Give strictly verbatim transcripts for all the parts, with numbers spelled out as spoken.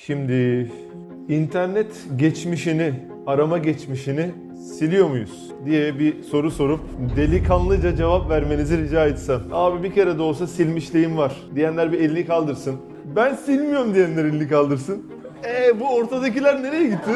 Şimdi internet geçmişini, arama geçmişini siliyor muyuz diye bir soru sorup delikanlıca cevap vermenizi rica etsem. Abi bir kere de olsa silmişliğim var diyenler bir elini kaldırsın. Ben silmiyorum diyenler elini kaldırsın. Eee bu ortadakiler nereye gitti?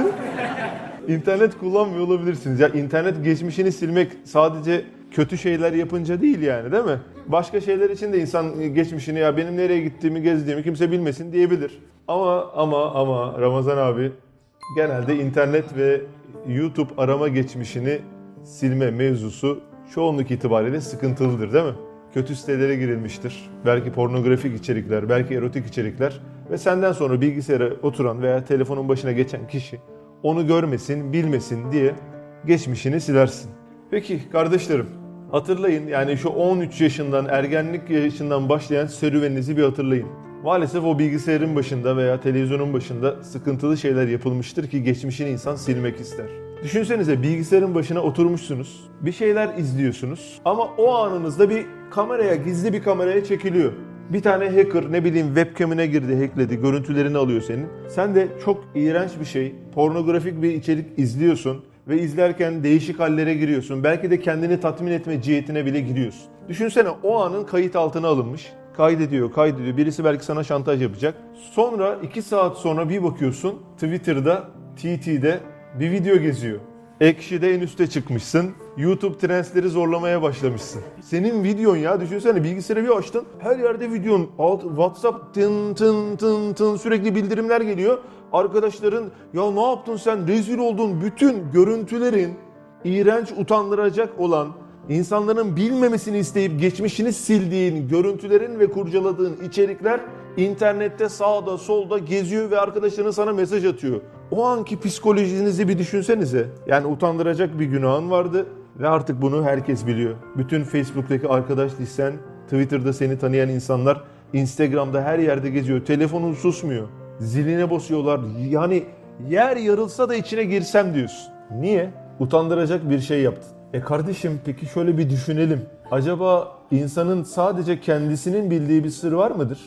İnternet kullanmıyor olabilirsiniz. Ya internet geçmişini silmek sadece kötü şeyler yapınca değil yani, değil mi? Başka şeyler için de insan geçmişini, ya benim nereye gittiğimi, gezdiğimi kimse bilmesin diyebilir. Ama ama ama Ramazan abi genelde internet ve YouTube arama geçmişini silme mevzusu çoğunluk itibariyle sıkıntılıdır, değil mi? Kötü sitelere girilmiştir. Belki pornografik içerikler, belki erotik içerikler ve senden sonra bilgisayara oturan veya telefonun başına geçen kişi onu görmesin, bilmesin diye geçmişini silersin. Peki kardeşlerim, hatırlayın, yani şu on üç yaşından, ergenlik yaşından başlayan serüveninizi bir hatırlayın. Maalesef o bilgisayarın başında veya televizyonun başında sıkıntılı şeyler yapılmıştır ki geçmişini insan silmek ister. Düşünsenize, bilgisayarın başına oturmuşsunuz, bir şeyler izliyorsunuz ama o anınızda bir kameraya, gizli bir kameraya çekiliyor. Bir tane hacker ne bileyim webcam'ine girdi, hackledi, görüntülerini alıyor senin. Sen de çok iğrenç bir şey, pornografik bir içerik izliyorsun ve izlerken değişik hallere giriyorsun. Belki de kendini tatmin etme cihetine bile giriyorsun. Düşünsene, o anın kayıt altına alınmış. Kaydediyor, kaydediyor. Birisi belki sana şantaj yapacak. Sonra iki saat sonra bir bakıyorsun Twitter'da, T T'de bir video geziyor. Ekşi'de en üste çıkmışsın. YouTube Trends'leri zorlamaya başlamışsın. Senin videon ya, düşünsene, bilgisayarı bir açtın. Her yerde videon. Alt, WhatsApp tın tın tın tın sürekli bildirimler geliyor. Arkadaşların ya ne yaptın sen, rezil oldun, bütün görüntülerin iğrenç, utandıracak olan, insanların bilmemesini isteyip geçmişini sildiğin görüntülerin ve kurcaladığın içerikler internette sağda solda geziyor ve arkadaşların sana mesaj atıyor. O anki psikolojinizi bir düşünsenize. Yani utandıracak bir günahın vardı ve artık bunu herkes biliyor. Bütün Facebook'taki arkadaş listen, Twitter'da seni tanıyan insanlar, Instagram'da her yerde geziyor. Telefonun susmuyor. Ziline basıyorlar. Yani yer yarılsa da içine girsem diyorsun. Niye? Utandıracak bir şey yaptın. E kardeşim, peki şöyle bir düşünelim. Acaba insanın sadece kendisinin bildiği bir sır var mıdır?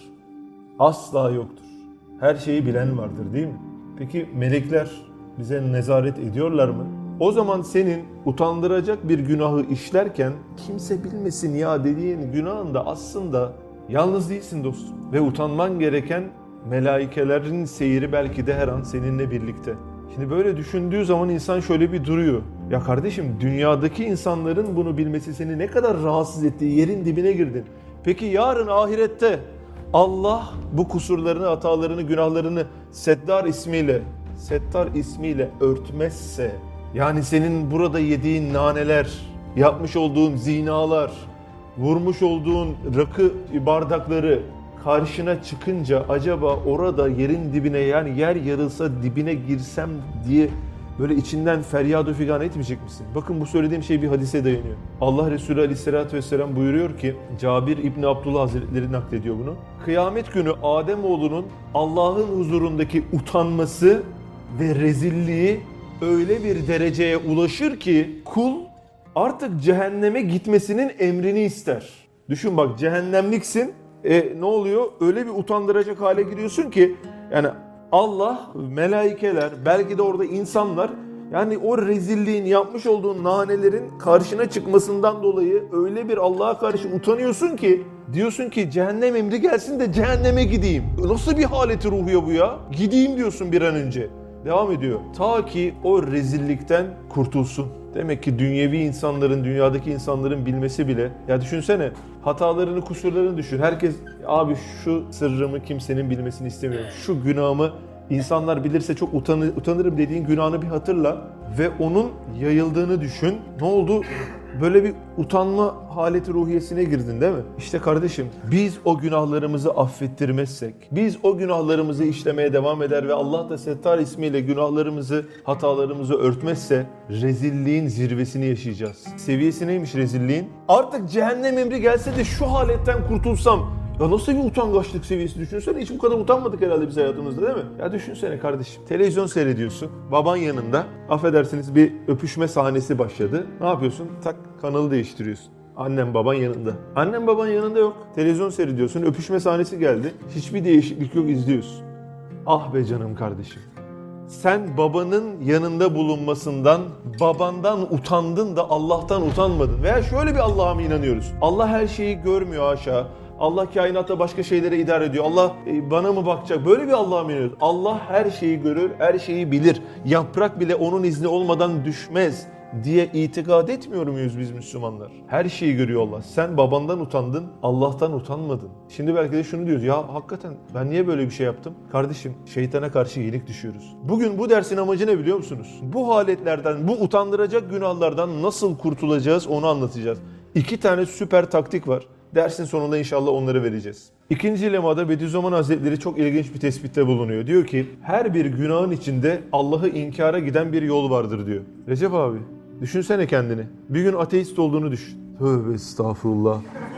Asla yoktur. Her şeyi bilen vardır, değil mi? Peki melekler bize nezaret ediyorlar mı? O zaman senin utandıracak bir günahı işlerken kimse bilmesin ya dediğin günahın da aslında yalnız değilsin dostum. Ve utanman gereken melaikelerin seyri belki de her an seninle birlikte. Şimdi böyle düşündüğü zaman insan şöyle bir duruyor. Ya kardeşim, dünyadaki insanların bunu bilmesi seni ne kadar rahatsız etti, yerin dibine girdin. Peki yarın ahirette Allah bu kusurlarını, hatalarını, günahlarını Settar ismiyle, Settar ismiyle örtmezse, yani senin burada yediğin naneler, yapmış olduğun zinalar, vurmuş olduğun rakı bardakları karşına çıkınca acaba orada yerin dibine, yani yer yarılsa dibine girsem diye böyle içinden feryat-ı figan etmeyecek misin? Bakın, bu söylediğim şey bir hadise dayanıyor. Allah Resulü Aleyhisselatü Vesselam buyuruyor ki, Cabir İbni Abdullah Hazretleri naklediyor bunu. Kıyamet günü Ademoğlunun Allah'ın huzurundaki utanması ve rezilliği öyle bir dereceye ulaşır ki kul artık cehenneme gitmesinin emrini ister. Düşün bak, cehennemliksin. E ne oluyor? Öyle bir utandıracak hale giriyorsun ki yani Allah, melaikeler, belki de orada insanlar, yani o rezilliğin, yapmış olduğun nanelerin karşına çıkmasından dolayı öyle bir Allah'a karşı utanıyorsun ki diyorsun ki cehennem emri gelsin de cehenneme gideyim. Nasıl bir haleti ruhiye bu ya? Gideyim diyorsun bir an önce. Devam ediyor. Ta ki o rezillikten kurtulsun. Demek ki dünyevi insanların, dünyadaki insanların bilmesi bile, ya düşünsene, hatalarını, kusurlarını düşün. Herkes, abi şu sırrımı kimsenin bilmesini istemiyorum. Şu günahımı insanlar bilirse çok utanır, utanırım dediğin günahını bir hatırla ve onun yayıldığını düşün. Ne oldu? Böyle bir utanma haleti ruhiyesine girdin, değil mi? İşte kardeşim, biz o günahlarımızı affettirmezsek, biz o günahlarımızı işlemeye devam eder ve Allah da Settar ismiyle günahlarımızı, hatalarımızı örtmezse rezilliğin zirvesini yaşayacağız. Seviyesi neymiş rezilliğin? Artık cehennem emri gelse de şu haletten kurtulsam, ya nasıl bir utangaçlık seviyesi, düşünsene. Hiç bu kadar utanmadık herhalde biz hayatımızda, değil mi? Ya düşünsene kardeşim. Televizyon seyrediyorsun. Baban yanında. Affedersiniz, bir öpüşme sahnesi başladı. Ne yapıyorsun? Tak, kanalı değiştiriyorsun. Annem baban yanında. Annem baban yanında yok. Televizyon seyrediyorsun. Öpüşme sahnesi geldi. Hiçbir değişiklik yok, izliyorsun. Ah be canım kardeşim. Sen babanın yanında bulunmasından, babandan utandın da Allah'tan utanmadın. Veya şöyle bir Allah'a mı inanıyoruz? Allah her şeyi görmüyor haşa. Allah kainatta başka şeylere idare ediyor. Allah bana mı bakacak? Böyle bir Allah'a mı inanıyoruz? Allah her şeyi görür, her şeyi bilir. Yaprak bile onun izni olmadan düşmez diye itikad etmiyor muyuz biz Müslümanlar? Her şeyi görüyor Allah. Sen babandan utandın, Allah'tan utanmadın. Şimdi belki de şunu diyoruz. Ya hakikaten ben niye böyle bir şey yaptım? Kardeşim, şeytana karşı yenik düşüyoruz. Bugün bu dersin amacı ne biliyor musunuz? Bu haletlerden, bu utandıracak günahlardan nasıl kurtulacağız onu anlatacağız. İki tane süper taktik var. Dersin sonunda inşallah onları vereceğiz. İkinci lemada Bediüzzaman Hazretleri çok ilginç bir tespitte bulunuyor. Diyor ki her bir günahın içinde Allah'ı inkara giden bir yol vardır diyor. Recep abi düşünsene kendini. Bir gün ateist olduğunu düşün. Tövbe estağfurullah.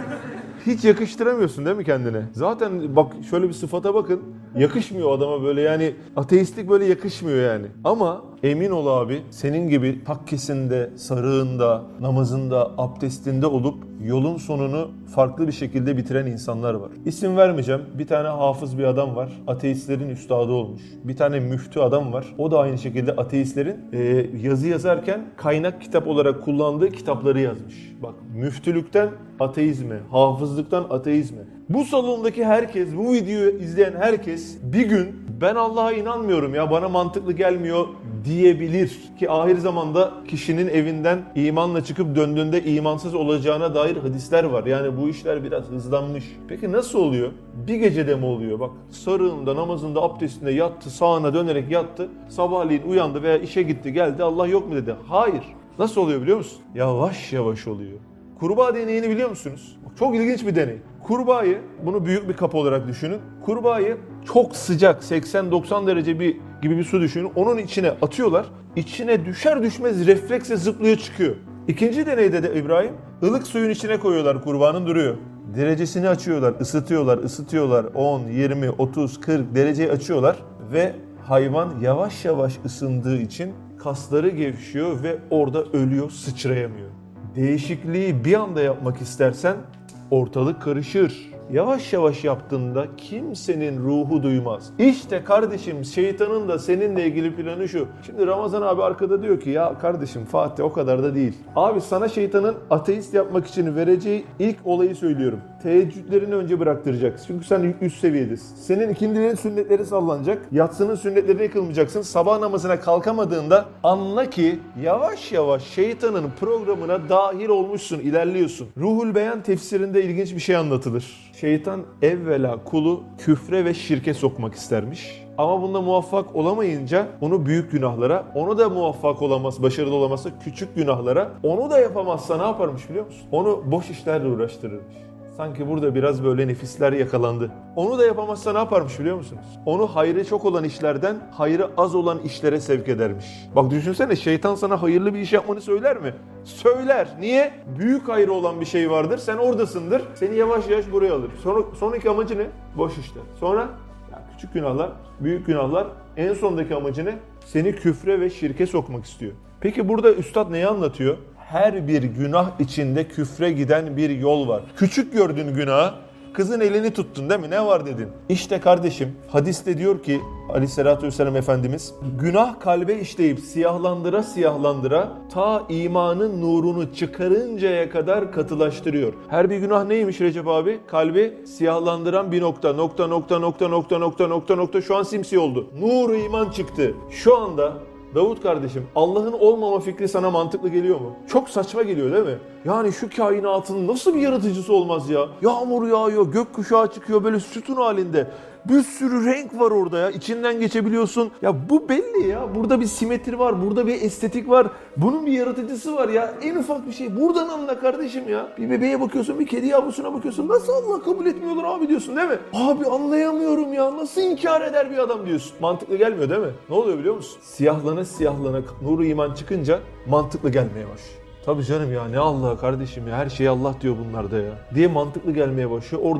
Hiç yakıştıramıyorsun değil mi kendine? Zaten bak şöyle bir sıfata bakın. Yakışmıyor adama böyle yani ateistlik böyle yakışmıyor yani. Ama emin ol abi senin gibi takkesinde, sarığında, namazında, abdestinde olup yolun sonunu farklı bir şekilde bitiren insanlar var. İsim vermeyeceğim. Bir tane hafız bir adam var. Ateistlerin üstadı olmuş. Bir tane müftü adam var. O da aynı şekilde ateistlerin e, yazı yazarken kaynak kitap olarak kullandığı kitapları yazmış. Bak müftülükten ateizme, hafızlıktan ateizme. Bu salondaki herkes, bu videoyu izleyen herkes bir gün ben Allah'a inanmıyorum ya bana mantıklı gelmiyor diyebilir. Ki ahir zamanda kişinin evinden imanla çıkıp döndüğünde imansız olacağına dair hadisler var. Yani bu işler biraz hızlanmış. Peki nasıl oluyor? Bir gecede mi oluyor? Bak sarığında, namazında, abdestinde yattı, sağına dönerek yattı. Sabahleyin uyandı veya işe gitti geldi Allah yok mu dedi. Hayır. Nasıl oluyor biliyor musun? Yavaş yavaş oluyor. Kurbağa deneyini biliyor musunuz? Çok ilginç bir deney. Kurbağayı, bunu büyük bir kap olarak düşünün. Kurbağayı çok sıcak seksen doksan derece bir gibi bir su düşünün. Onun içine atıyorlar. İçine düşer düşmez refleksle zıplıyor çıkıyor. İkinci deneyde de İbrahim ılık suyun içine koyuyorlar kurbağanın duruyor. Derecesini açıyorlar, ısıtıyorlar, ısıtıyorlar. on, yirmi, otuz, kırk dereceyi açıyorlar ve hayvan yavaş yavaş ısındığı için kasları gevşiyor ve orada ölüyor, sıçrayamıyor. Değişikliği bir anda yapmak istersen ortalık karışır. Yavaş yavaş yaptığında kimsenin ruhu duymaz. İşte kardeşim şeytanın da seninle ilgili planı şu. Şimdi Ramazan abi arkada diyor ki ya kardeşim Fatih o kadar da değil. Abi sana şeytanın ateist yapmak için vereceği ilk olayı söylüyorum. Teheccüdlerini önce bıraktıracaksın. Çünkü sen üst seviyedesin. Senin ikindinin sünnetleri sallanacak. Yatsının sünnetlerini kılmayacaksın. Sabah namazına kalkamadığında anla ki yavaş yavaş şeytanın programına dahil olmuşsun, ilerliyorsun. Ruhul Beyan tefsirinde ilginç bir şey anlatılır. Şeytan evvela kulu küfre ve şirke sokmak istermiş. Ama bunda muvaffak olamayınca onu büyük günahlara, onu da muvaffak olamaz, başarılı olamazsa küçük günahlara, onu da yapamazsa ne yaparmış biliyor musun? Onu boş işlerle uğraştırırmış. Sanki burada biraz böyle nefisler yakalandı. Onu da yapamazsa ne yaparmış biliyor musunuz? Onu hayrı çok olan işlerden hayrı az olan işlere sevk edermiş. Bak düşünsene şeytan sana hayırlı bir iş yapmanı söyler mi? Söyler. Niye? Büyük hayrı olan bir şey vardır. Sen oradasındır. Seni yavaş yavaş buraya alır. Sonra, sonraki amacı ne? Boş işler. Sonra ya küçük günahlar, büyük günahlar. En sondaki amacı ne? Seni küfre ve şirke sokmak istiyor. Peki burada üstad neyi anlatıyor? Her bir günah içinde küfre giden bir yol var. Küçük gördüğün günahı, kızın elini tuttun değil mi? Ne var dedin? İşte kardeşim hadiste diyor ki Aleyhisselatü Vesselam Efendimiz günah kalbe işleyip siyahlandıra siyahlandıra ta imanın nurunu çıkarıncaya kadar katılaştırıyor. Her bir günah neymiş Recep abi? Kalbi siyahlandıran bir nokta nokta nokta nokta nokta nokta nokta nokta şu an simsiyah oldu. Nur iman çıktı. Şu anda Davut kardeşim, Allah'ın olmama fikri sana mantıklı geliyor mu? Çok saçma geliyor değil mi? Yani şu kainatın nasıl bir yaratıcısı olmaz ya? Yağmur yağıyor, gökkuşağı çıkıyor böyle sütun halinde. Bir sürü renk var orada ya. İçinden geçebiliyorsun. Ya bu belli ya. Burada bir simetri var. Burada bir estetik var. Bunun bir yaratıcısı var ya. En ufak bir şey. Buradan anla kardeşim ya. Bir bebeğe bakıyorsun, bir kedi yavrusuna bakıyorsun. Nasıl Allah kabul etmiyorlar abi diyorsun değil mi? Abi anlayamıyorum ya. Nasıl inkar eder bir adam diyorsun. Mantıklı gelmiyor değil mi? Ne oluyor biliyor musun? Siyahlana siyahlana nuru iman çıkınca mantıklı gelmeye başlıyor. Tabii canım ya ne Allah kardeşim ya her şey Allah diyor bunlarda ya diye mantıklı gelmeye başlıyor. Oradan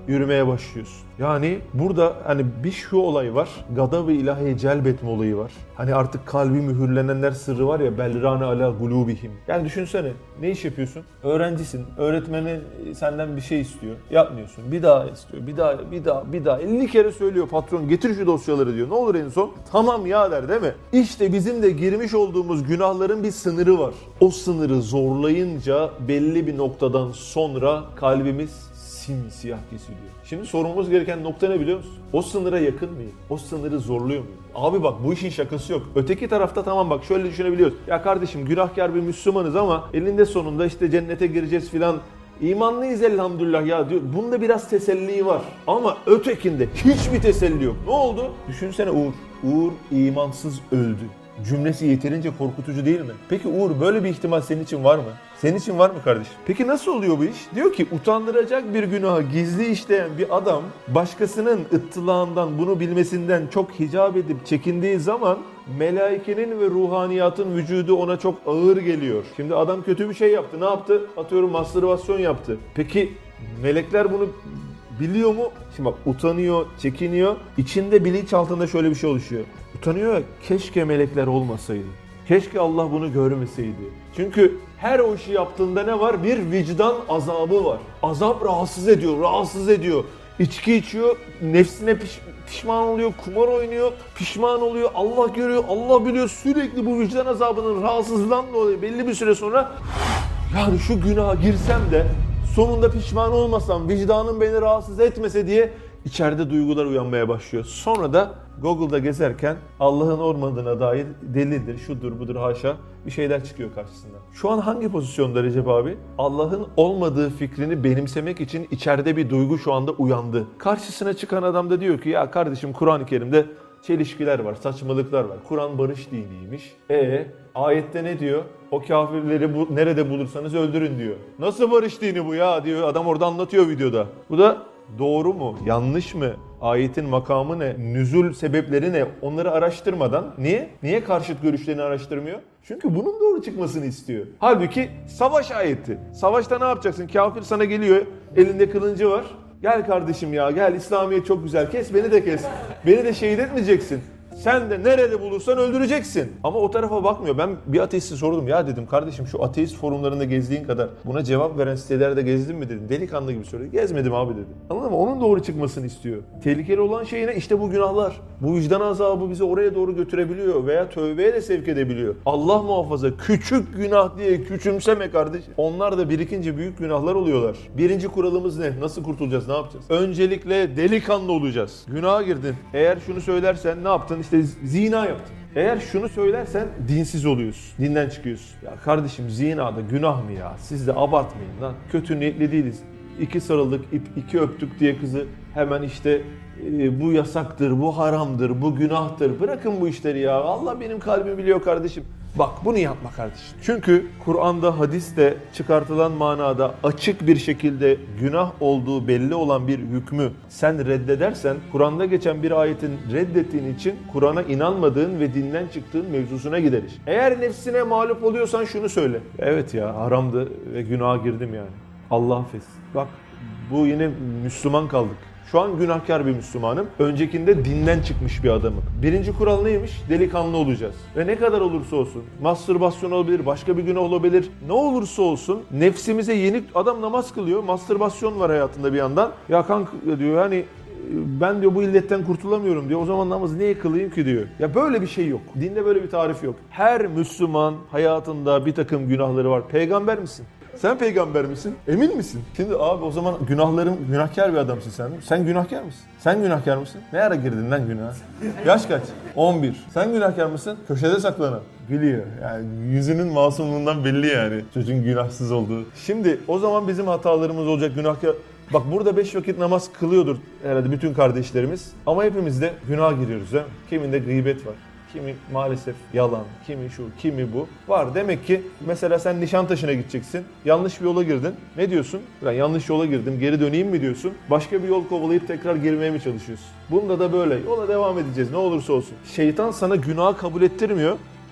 yürümeye başlıyorsun. Yani burada hani bir şu olay var. Gadab-ı ilahiye celbetme olayı var. Hani artık kalbi mühürlenenler sırrı var ya, belrane ala gulubihim. Yani düşünsene, ne iş yapıyorsun? Öğrencisin. Öğretmenin senden bir şey istiyor. Yapmıyorsun. Bir daha istiyor. Bir daha, bir daha, bir daha. elli kere söylüyor patron, getir şu dosyaları diyor. Ne olur en son? Tamam ya der, değil mi? İşte bizim de girmiş olduğumuz günahların bir sınırı var. O sınırı zorlayınca belli bir noktadan sonra kalbimiz simsiyah kesiliyor. Şimdi sormamız gereken nokta ne biliyor musun? O sınıra yakın mıyım? O sınırı zorluyor muyum? Abi bak, bu işin şakası yok. Öteki tarafta tamam bak şöyle düşünebiliyoruz. Ya kardeşim, günahkar bir Müslümanız ama elinde sonunda işte cennete gireceğiz filan. İmanlıyız elhamdülillah ya diyor. Bunda biraz teselli var. Ama ötekinde hiçbir teselli yok. Ne oldu? Düşünsene Uğur. Uğur imansız öldü. Cümlesi yeterince korkutucu değil mi? Peki Uğur, böyle bir ihtimal senin için var mı? Senin için var mı kardeşim? Peki nasıl oluyor bu iş? Diyor ki utandıracak bir günahı gizli işleyen bir adam başkasının ıttılağından, bunu bilmesinden çok hicap edip çekindiği zaman melaikenin ve ruhaniyatın vücudu ona çok ağır geliyor. Şimdi adam kötü bir şey yaptı. Ne yaptı? Atıyorum mastürbasyon yaptı. Peki melekler bunu biliyor mu? Şimdi bak, utanıyor, çekiniyor. İçinde bilinç altında şöyle bir şey oluşuyor. Utanıyor ya, keşke melekler olmasaydı. Keşke Allah bunu görmeseydi. Çünkü her o işi yaptığında ne var? Bir vicdan azabı var. Azap rahatsız ediyor, rahatsız ediyor. İçki içiyor, nefsine piş, pişman oluyor, kumar oynuyor, pişman oluyor, Allah görüyor, Allah biliyor. Sürekli bu vicdan azabının rahatsızlığından dolayı belli bir süre sonra yani şu günaha girsem de sonunda pişman olmasam, vicdanım beni rahatsız etmese diye içeride duygular uyanmaya başlıyor. Sonra da Google'da gezerken Allah'ın olmadığına dair delildir, şudur budur haşa bir şeyler çıkıyor karşısına. Şu an hangi pozisyonda Recep abi? Allah'ın olmadığı fikrini benimsemek için içeride bir duygu şu anda uyandı. Karşısına çıkan adam da diyor ki ya kardeşim, Kur'an-ı Kerim'de çelişkiler var, saçmalıklar var. Kur'an barış diniymiş. E ayette ne diyor? O kafirleri bu, nerede bulursanız öldürün diyor. Nasıl barış dini bu ya diyor. Adam orada anlatıyor videoda. Bu da doğru mu? Yanlış mı? Ayetin makamı ne? Nüzul sebepleri ne? Onları araştırmadan. Niye? Niye karşıt görüşlerini araştırmıyor? Çünkü bunun doğru çıkmasını istiyor. Halbuki savaş ayeti. Savaşta ne yapacaksın? Kafir sana geliyor. Elinde kılıncı var. Gel kardeşim ya gel, İslamiyet çok güzel. Kes beni de kes. Beni de şehit etmeyeceksin. Sen de nerede bulursan öldüreceksin. Ama o tarafa bakmıyor. Ben bir ateiste sordum. Ya dedim kardeşim, şu ateist forumlarında gezdiğin kadar buna cevap veren sitelerde gezdin mi dedim. Delikanlı gibi söyledi. Gezmedim abi dedi. Anladın mı? Onun doğru çıkmasını istiyor. Tehlikeli olan şey ne? İşte bu günahlar. Bu vicdan azabı bizi oraya doğru götürebiliyor veya tövbeye de sevk edebiliyor. Allah muhafaza, küçük günah diye küçümseme kardeşim. Onlar da birikince büyük günahlar oluyorlar. Birinci kuralımız ne? Nasıl kurtulacağız? Ne yapacağız? Öncelikle delikanlı olacağız. Günaha girdin. Eğer şunu söylersen ne yaptın? İşte zina yaptın. Eğer şunu söylersen dinsiz oluyorsun. Dinden çıkıyorsun. Ya kardeşim, zina da günah mı ya? Siz de abartmayın lan. Kötü niyetli değiliz. İki sarıldık, iki öptük diye kızı hemen işte e, bu yasaktır, bu haramdır, bu günahtır. Bırakın bu işleri ya. Allah benim kalbimi biliyor kardeşim. Bak bunu yapma kardeşim. Çünkü Kur'an'da, hadiste çıkartılan manada açık bir şekilde günah olduğu belli olan bir hükmü sen reddedersen, Kur'an'da geçen bir ayetin reddettiğin için Kur'an'a inanmadığın ve dinden çıktığın mevzusuna gider iş. Eğer nefsine mağlup oluyorsan şunu söyle. Evet ya, haramdı ve günaha girdim yani. Allah affetsin. Bak, bu yine Müslüman kaldık. Şu an günahkar bir Müslümanım. Öncekinde dinden çıkmış bir adamım. Birinci kural neymiş? Delikanlı olacağız. Ve ne kadar olursa olsun, mastürbasyon olabilir, başka bir günah olabilir. Ne olursa olsun nefsimize yenik, adam namaz kılıyor. Mastürbasyon var hayatında bir yandan. Ya kanka diyor, hani ben diyor bu illetten kurtulamıyorum diyor. O zaman namazı niye kılayım ki diyor. Ya böyle bir şey yok. Dinde böyle bir tarif yok. Her Müslüman hayatında bir takım günahları var. Peygamber misin? Sen peygamber misin? Emin misin? Şimdi abi o zaman günahlarım, günahkar bir adamsın sen. Sen günahkar mısın? Sen günahkar mısın? Ne ara girdin lan günaha? Yaş kaç? on bir. Sen günahkar mısın? Köşede saklanan. Gülüyor. Yani yüzünün masumluğundan belli yani. Çocuğun günahsız olduğu. Şimdi o zaman bizim hatalarımız olacak, günahkar. Bak burada beş vakit namaz kılıyordur herhalde bütün kardeşlerimiz. Ama hepimiz de günaha giriyoruz değil mi? Kiminde gıybet var. Kimi maalesef yalan, kimi şu, kimi bu. Var. Demek ki mesela sen Nişantaşı'na gideceksin. Yanlış bir yola girdin. Ne diyorsun? Ben yanlış yola girdim, geri döneyim mi diyorsun? Başka bir yol kovalayıp tekrar girmeye mi çalışıyorsun? Bunda da böyle. Yola devam edeceğiz ne olursa olsun. Şeytan sana günahı kabul ettirmiyor.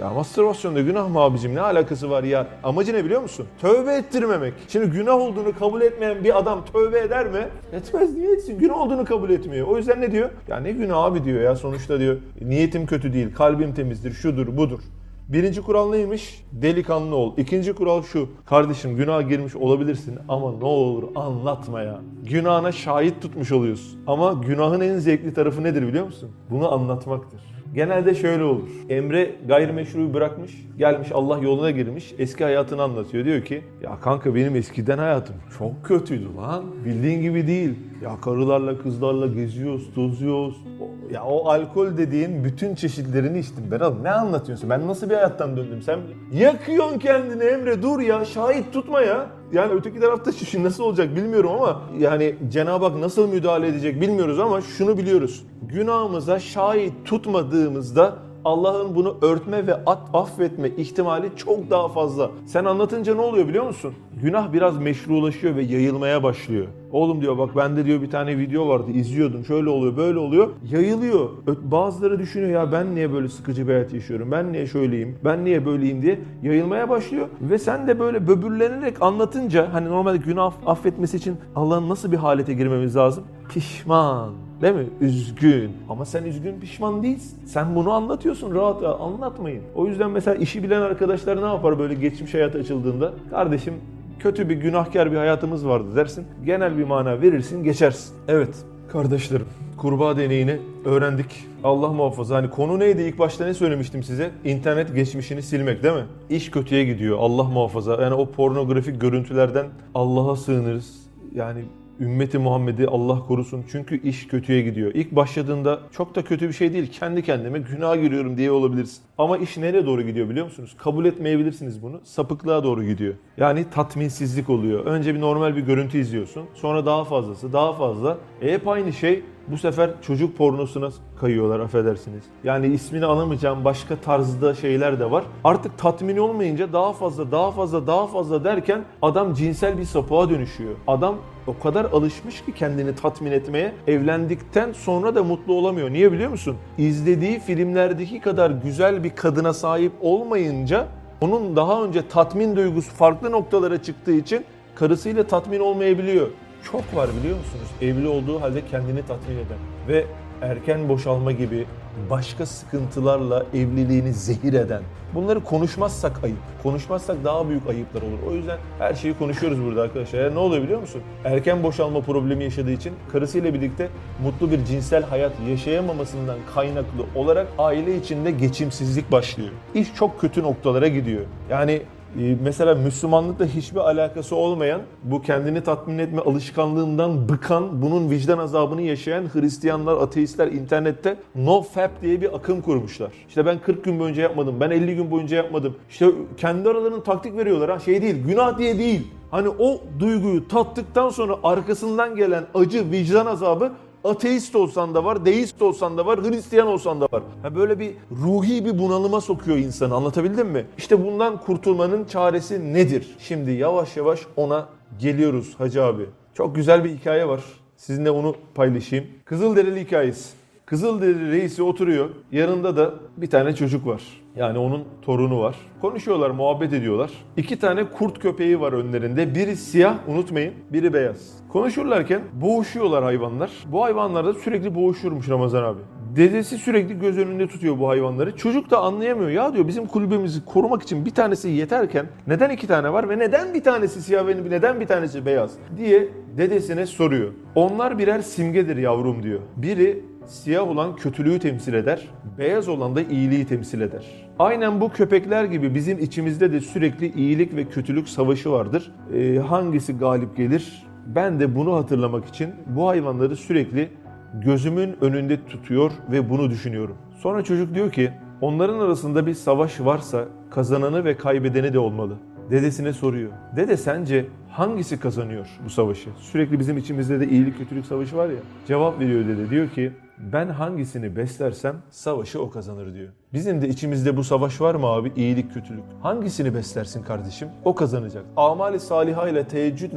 Ya mastürbasyon da günah mı abicim, ne alakası var ya? Amacı ne biliyor musun? Tövbe ettirmemek. Şimdi günah olduğunu kabul etmeyen bir adam tövbe eder mi? Etmez, niye etsin? Günah olduğunu kabul etmiyor. O yüzden ne diyor? Ya ne günah abi diyor ya, sonuçta diyor niyetim kötü değil, kalbim temizdir, şudur budur. Birinci kural neymiş? Delikanlı ol. İkinci kural şu. Kardeşim günaha girmiş olabilirsin ama ne olur anlatma ya. Günahına şahit tutmuş oluyorsun. Ama günahın en zevkli tarafı nedir biliyor musun? Bunu anlatmaktır. Genelde şöyle olur. Emre gayrimeşruyu bırakmış, gelmiş Allah yoluna girmiş, eski hayatını anlatıyor. Diyor ki, ya kanka benim eskiden hayatım çok kötüydü lan. Bildiğin gibi değil. Ya karılarla kızlarla geziyoruz, tozuyoruz. O, ya o alkol dediğin bütün çeşitlerini içtim. Ben oğlum ne anlatıyorsun? Ben nasıl bir hayattan döndüm? Sen yakıyorsun kendini Emre, dur ya, şahit tutma ya. Yani öteki tarafta şu nasıl olacak bilmiyorum ama yani Cenab-ı Hak nasıl müdahale edecek bilmiyoruz ama şunu biliyoruz. Günahımıza şahit tutmadığımızda Allah'ın bunu örtme ve affetme ihtimali çok daha fazla. Sen anlatınca ne oluyor biliyor musun? Günah biraz meşrulaşıyor ve yayılmaya başlıyor. Oğlum diyor bak bende diyor bir tane video vardı, izliyordum, şöyle oluyor böyle oluyor. Yayılıyor. Bazıları düşünüyor ya ben niye böyle sıkıcı bir hayat yaşıyorum, ben niye şöyleyim, ben niye böyleyim diye yayılmaya başlıyor. Ve sen de böyle böbürlenerek anlatınca, hani normalde günah affetmesi için Allah'ın nasıl bir halete girmemiz lazım? Pişman. Değil mi? Üzgün. Ama sen üzgün, pişman değilsin. Sen bunu anlatıyorsun, rahat rahat anlatmayın. O yüzden mesela işi bilen arkadaşlar ne yapar böyle geçmiş hayat açıldığında? Kardeşim kötü bir günahkar bir hayatımız vardı dersin. Genel bir mana verirsin, geçersin. Evet kardeşlerim, kurbağa deneyini öğrendik. Allah muhafaza. Hani konu neydi? İlk başta ne söylemiştim size? İnternet geçmişini silmek değil mi? İş kötüye gidiyor. Allah muhafaza. Yani o pornografik görüntülerden Allah'a sığınırız. Yani ümmeti Muhammed'i Allah korusun. Çünkü iş kötüye gidiyor. İlk başladığında çok da kötü bir şey değil. Kendi kendime günaha giriyorum diye olabilirsin. Ama iş nereye doğru gidiyor biliyor musunuz? Kabul etmeyebilirsiniz bunu. Sapıklığa doğru gidiyor. Yani tatminsizlik oluyor. Önce bir normal bir görüntü izliyorsun. Sonra daha fazlası, daha fazla. E hep aynı şey. Bu sefer çocuk pornosuna kayıyorlar, affedersiniz. Yani ismini anamayacağım başka tarzda şeyler de var. Artık tatmin olmayınca daha fazla, daha fazla, daha fazla derken adam cinsel bir sapığa dönüşüyor. Adam o kadar alışmış ki kendini tatmin etmeye, evlendikten sonra da mutlu olamıyor. Niye biliyor musun? İzlediği filmlerdeki kadar güzel bir kadına sahip olmayınca onun daha önce tatmin duygusu farklı noktalara çıktığı için karısıyla tatmin olmayabiliyor. Çok var biliyor musunuz? Evli olduğu halde kendini tatmin eden ve erken boşalma gibi başka sıkıntılarla evliliğini zehir eden. Bunları konuşmazsak ayıp. Konuşmazsak daha büyük ayıplar olur. O yüzden her şeyi konuşuyoruz burada arkadaşlar. Yani ne oluyor biliyor musun? Erken boşalma problemi yaşadığı için karısıyla birlikte mutlu bir cinsel hayat yaşayamamasından kaynaklı olarak aile içinde geçimsizlik başlıyor. İş çok kötü noktalara gidiyor. Yani mesela Müslümanlıkla hiçbir alakası olmayan, bu kendini tatmin etme alışkanlığından bıkan, bunun vicdan azabını yaşayan Hristiyanlar, ateistler internette NoFap diye bir akım kurmuşlar. İşte ben kırk gün boyunca yapmadım, ben elli gün boyunca yapmadım. İşte kendi aralarının taktik veriyorlar ha, şey değil, günah diye değil. Hani o duyguyu tattıktan sonra arkasından gelen acı, vicdan azabı ateist olsan da var, deist olsan da var, Hristiyan olsan da var. Ha böyle bir ruhi bir bunalıma sokuyor insanı, anlatabildim mi? İşte bundan kurtulmanın çaresi nedir? Şimdi yavaş yavaş ona geliyoruz Hacı abi. Çok güzel bir hikaye var. Sizinle onu paylaşayım. Kızılderili hikayesi. Kızılderili reisi oturuyor. Yanında da bir tane çocuk var. Yani onun torunu var. Konuşuyorlar, muhabbet ediyorlar. İki tane kurt köpeği var önlerinde. Biri siyah, unutmayın, biri beyaz. Konuşurlarken boğuşuyorlar hayvanlar. Bu hayvanlar da sürekli boğuşurmuş Ramazan abi. Dedesi sürekli göz önünde tutuyor bu hayvanları. Çocuk da anlayamıyor. Ya diyor, bizim kulübemizi korumak için bir tanesi yeterken neden iki tane var ve neden bir tanesi siyah ve neden bir tanesi beyaz diye dedesine soruyor. Onlar birer simgedir yavrum diyor. Biri siyah olan kötülüğü temsil eder, beyaz olan da iyiliği temsil eder. Aynen bu köpekler gibi bizim içimizde de sürekli iyilik ve kötülük savaşı vardır. Ee, hangisi galip gelir? Ben de bunu hatırlamak için bu hayvanları sürekli gözümün önünde tutuyor ve bunu düşünüyorum. Sonra çocuk diyor ki, onların arasında bir savaş varsa kazananı ve kaybedeni de olmalı. Dedesine soruyor. Dede sence hangisi kazanıyor bu savaşı? Sürekli bizim içimizde de iyilik kötülük savaşı var ya. Cevap veriyor dede. Diyor ki ben hangisini beslersem savaşı o kazanır diyor. Bizim de içimizde bu savaş var mı abi? İyilik kötülük. Hangisini beslersin kardeşim? O kazanacak. Amali saliha ile teheccüdle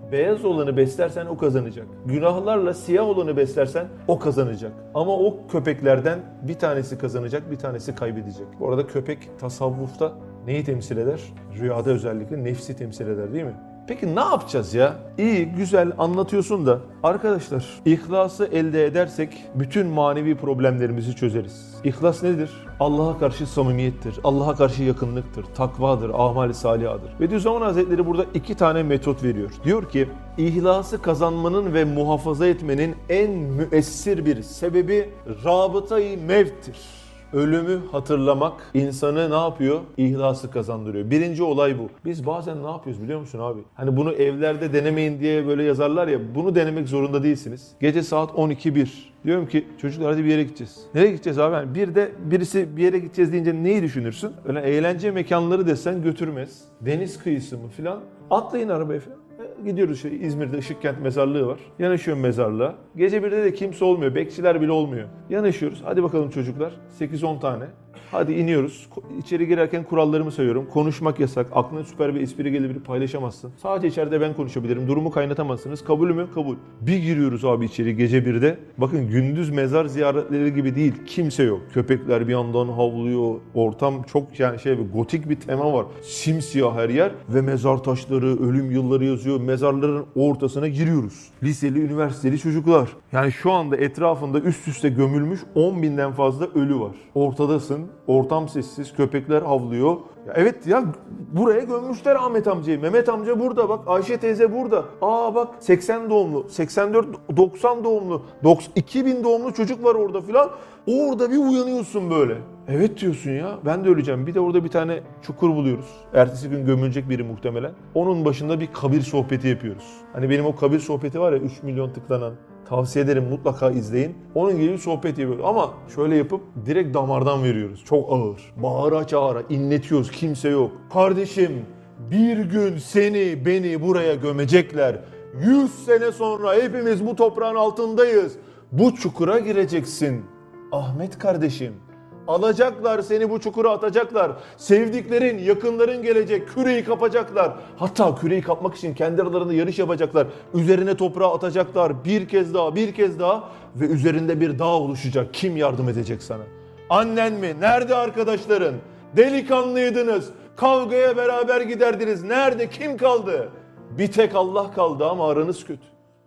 Beyaz olanı beslersen o kazanacak. Günahlarla siyah olanı beslersen o kazanacak. Ama o köpeklerden bir tanesi kazanacak, bir tanesi kaybedecek. Bu arada köpek tasavvufta neyi temsil eder? Rüyada özellikle nefsi temsil eder değil mi? Peki ne yapacağız ya? İyi, güzel anlatıyorsun da arkadaşlar, ihlası elde edersek bütün manevi problemlerimizi çözeriz. İhlas nedir? Allah'a karşı samimiyettir, Allah'a karşı yakınlıktır, takvadır, amali salihadır. Bediüzzaman Hazretleri burada iki tane metot veriyor. Diyor ki, ihlası kazanmanın ve muhafaza etmenin en müessir bir sebebi rabıta-i mevttir. Ölümü hatırlamak insanı ne yapıyor? İhlası kazandırıyor. Birinci olay bu. Biz bazen ne yapıyoruz biliyor musun abi? Hani bunu evlerde denemeyin diye böyle yazarlar ya, bunu denemek zorunda değilsiniz. Gece saat on iki bir. Diyorum ki çocuklar hadi bir yere gideceğiz. Nereye gideceğiz abi? Yani bir de birisi bir yere gideceğiz deyince neyi düşünürsün? Öyle eğlence mekanları desen götürmez. Deniz kıyısı mı filan? Atlayın arabaya filan. Gidiyoruz şey, İzmir'de Işıkkent mezarlığı var. Yanaşıyorum mezarlığa. Gece birde de kimse olmuyor. Bekçiler bile olmuyor. Yanaşıyoruz. Hadi bakalım çocuklar. sekiz on tane. Hadi iniyoruz. İçeri girerken kurallarımı sayıyorum. Konuşmak yasak. Aklına süper bir espri gelebilir, paylaşamazsın. Sadece içeride ben konuşabilirim. Durumu kaynatamazsınız. Kabul mü? Kabul. Bir giriyoruz abi içeri gece birde. Bakın gündüz mezar ziyaretleri gibi değil. Kimse yok. Köpekler bir yandan havlıyor. Ortam çok yani şey bir gotik bir tema var. Simsiyah her yer ve mezar taşları, ölüm yılları yazıyor. Mezarların ortasına giriyoruz. Liseli, üniversiteli çocuklar. Yani şu anda etrafında üst üste gömülmüş on binden fazla ölü var. Ortadasın. Ortam sessiz, köpekler havlıyor. Ya evet ya, buraya gömmüşler Ahmet amcayı. Mehmet amca burada bak, Ayşe teyze burada. Aa bak seksen doğumlu, seksen dört doksan doğumlu, iki bin doğumlu çocuk var orada filan. Orada bir uyanıyorsun böyle. Evet diyorsun ya, ben de öleceğim. Bir de orada bir tane çukur buluyoruz. Ertesi gün gömülecek biri muhtemelen. Onun başında bir kabir sohbeti yapıyoruz. Hani benim o kabir sohbeti var ya, üç milyon tıklanan. Tavsiye ederim, mutlaka izleyin. Onun gibi bir sohbet yapıyoruz. Ama şöyle yapıp direkt damardan veriyoruz. Çok ağır. Bağıra çağıra inletiyoruz. Kimse yok. Kardeşim, bir gün seni beni buraya gömecekler. Yüz sene sonra hepimiz bu toprağın altındayız. Bu çukura gireceksin. Ahmet kardeşim. Alacaklar seni, bu çukura atacaklar. Sevdiklerin, yakınların gelecek. Küreyi kapacaklar. Hatta küreyi kapmak için kendi aralarında yarış yapacaklar. Üzerine toprağı atacaklar. Bir kez daha, bir kez daha. Ve üzerinde bir dağ oluşacak. Kim yardım edecek sana? Annen mi? Nerede arkadaşların? Delikanlıydınız. Kavgaya beraber giderdiniz. Nerede? Kim kaldı? Bir tek Allah kaldı ama aranız kötü.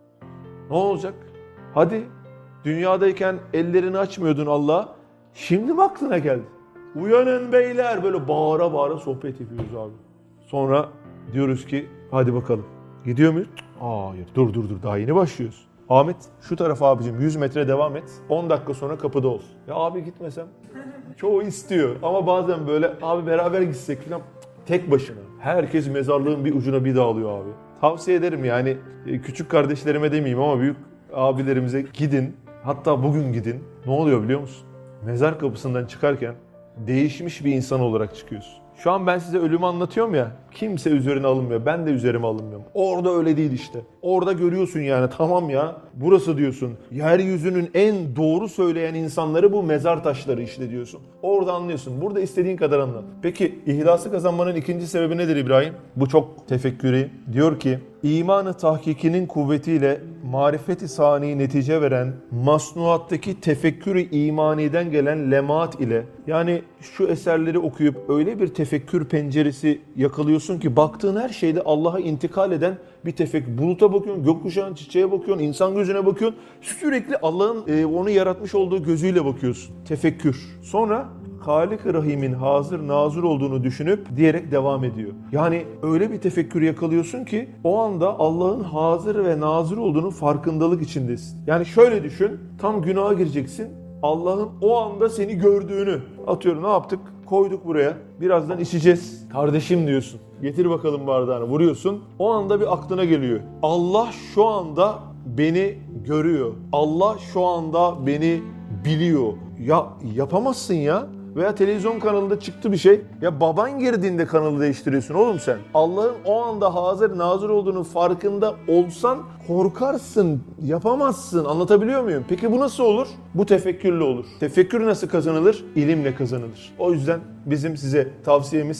Ne olacak? Hadi. Dünyadayken ellerini açmıyordun Allah'a. Şimdi mi aklına geldi? Uyanın beyler, böyle bağıra bağıra sohbet yapıyoruz abi. Sonra diyoruz ki hadi bakalım. Gidiyor muyuz? Hayır, dur dur dur, daha yeni başlıyoruz. Ahmet şu tarafa abicim, yüz metre devam et. on dakika sonra kapıda ol. Ya abi gitmesem? Çoğu istiyor ama bazen böyle abi beraber gitsek falan, tek başına. Herkes mezarlığın bir ucuna bir dağılıyor abi. Tavsiye ederim yani, küçük kardeşlerime demeyeyim ama büyük abilerimize gidin. Hatta bugün gidin. Ne oluyor biliyor musun? Mezar kapısından çıkarken değişmiş bir insan olarak çıkıyorsun. Şu an ben size ölümü anlatıyorum ya, kimse üzerine alınmıyor. Ben de üzerime alınmıyorum. Orada öyle değil işte. Orada görüyorsun yani, tamam ya, burası diyorsun. Yeryüzünün en doğru söyleyen insanları bu mezar taşları işte diyorsun. Orada anlıyorsun. Burada istediğin kadar anlat. Peki ihlası kazanmanın ikinci sebebi nedir İbrahim? Bu çok tefekkürü. Diyor ki, İmanı tahkikinin kuvvetiyle marifeti sani netice veren masnuattaki tefekkür-i imaniden gelen lemaat ile, yani şu eserleri okuyup öyle bir tefekkür penceresi yakalıyorsun ki baktığın her şeyde Allah'a intikal eden bir tefekkür. Buluta bakıyorsun, gökkuşağın çiçeğe bakıyorsun, insan gözüne bakıyorsun. Sürekli Allah'ın e, onu yaratmış olduğu gözüyle bakıyorsun. Tefekkür. Sonra Halik-i Rahim'in hazır nazır olduğunu düşünüp diyerek devam ediyor. Yani öyle bir tefekkür yakalıyorsun ki o anda Allah'ın hazır ve nazır olduğunu farkındalık içindesin. Yani şöyle düşün, tam günaha gireceksin. Allah'ın o anda seni gördüğünü, atıyorum ne yaptık? Koyduk buraya. Birazdan içeceğiz. Kardeşim diyorsun. Getir bakalım bardağını. Vuruyorsun. O anda bir aklına geliyor. Allah şu anda beni görüyor. Allah şu anda beni biliyor. Ya yapamazsın ya. Veya televizyon kanalında çıktı bir şey. Ya baban girdiğinde kanalı değiştiriyorsun oğlum sen. Allah'ın o anda hazır nazır olduğunu farkında olsan korkarsın, yapamazsın. Anlatabiliyor muyum? Peki bu nasıl olur? Bu tefekkürle olur. Tefekkür nasıl kazanılır? İlimle kazanılır. O yüzden bizim size tavsiyemiz,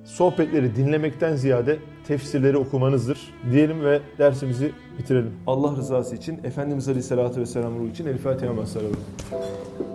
sohbetleri dinlemekten ziyade tefsirleri okumanızdır diyelim ve dersimizi bitirelim. Allah rızası için, Efendimiz Aleyhisselatü Vesselam ruhu için El Fatiha.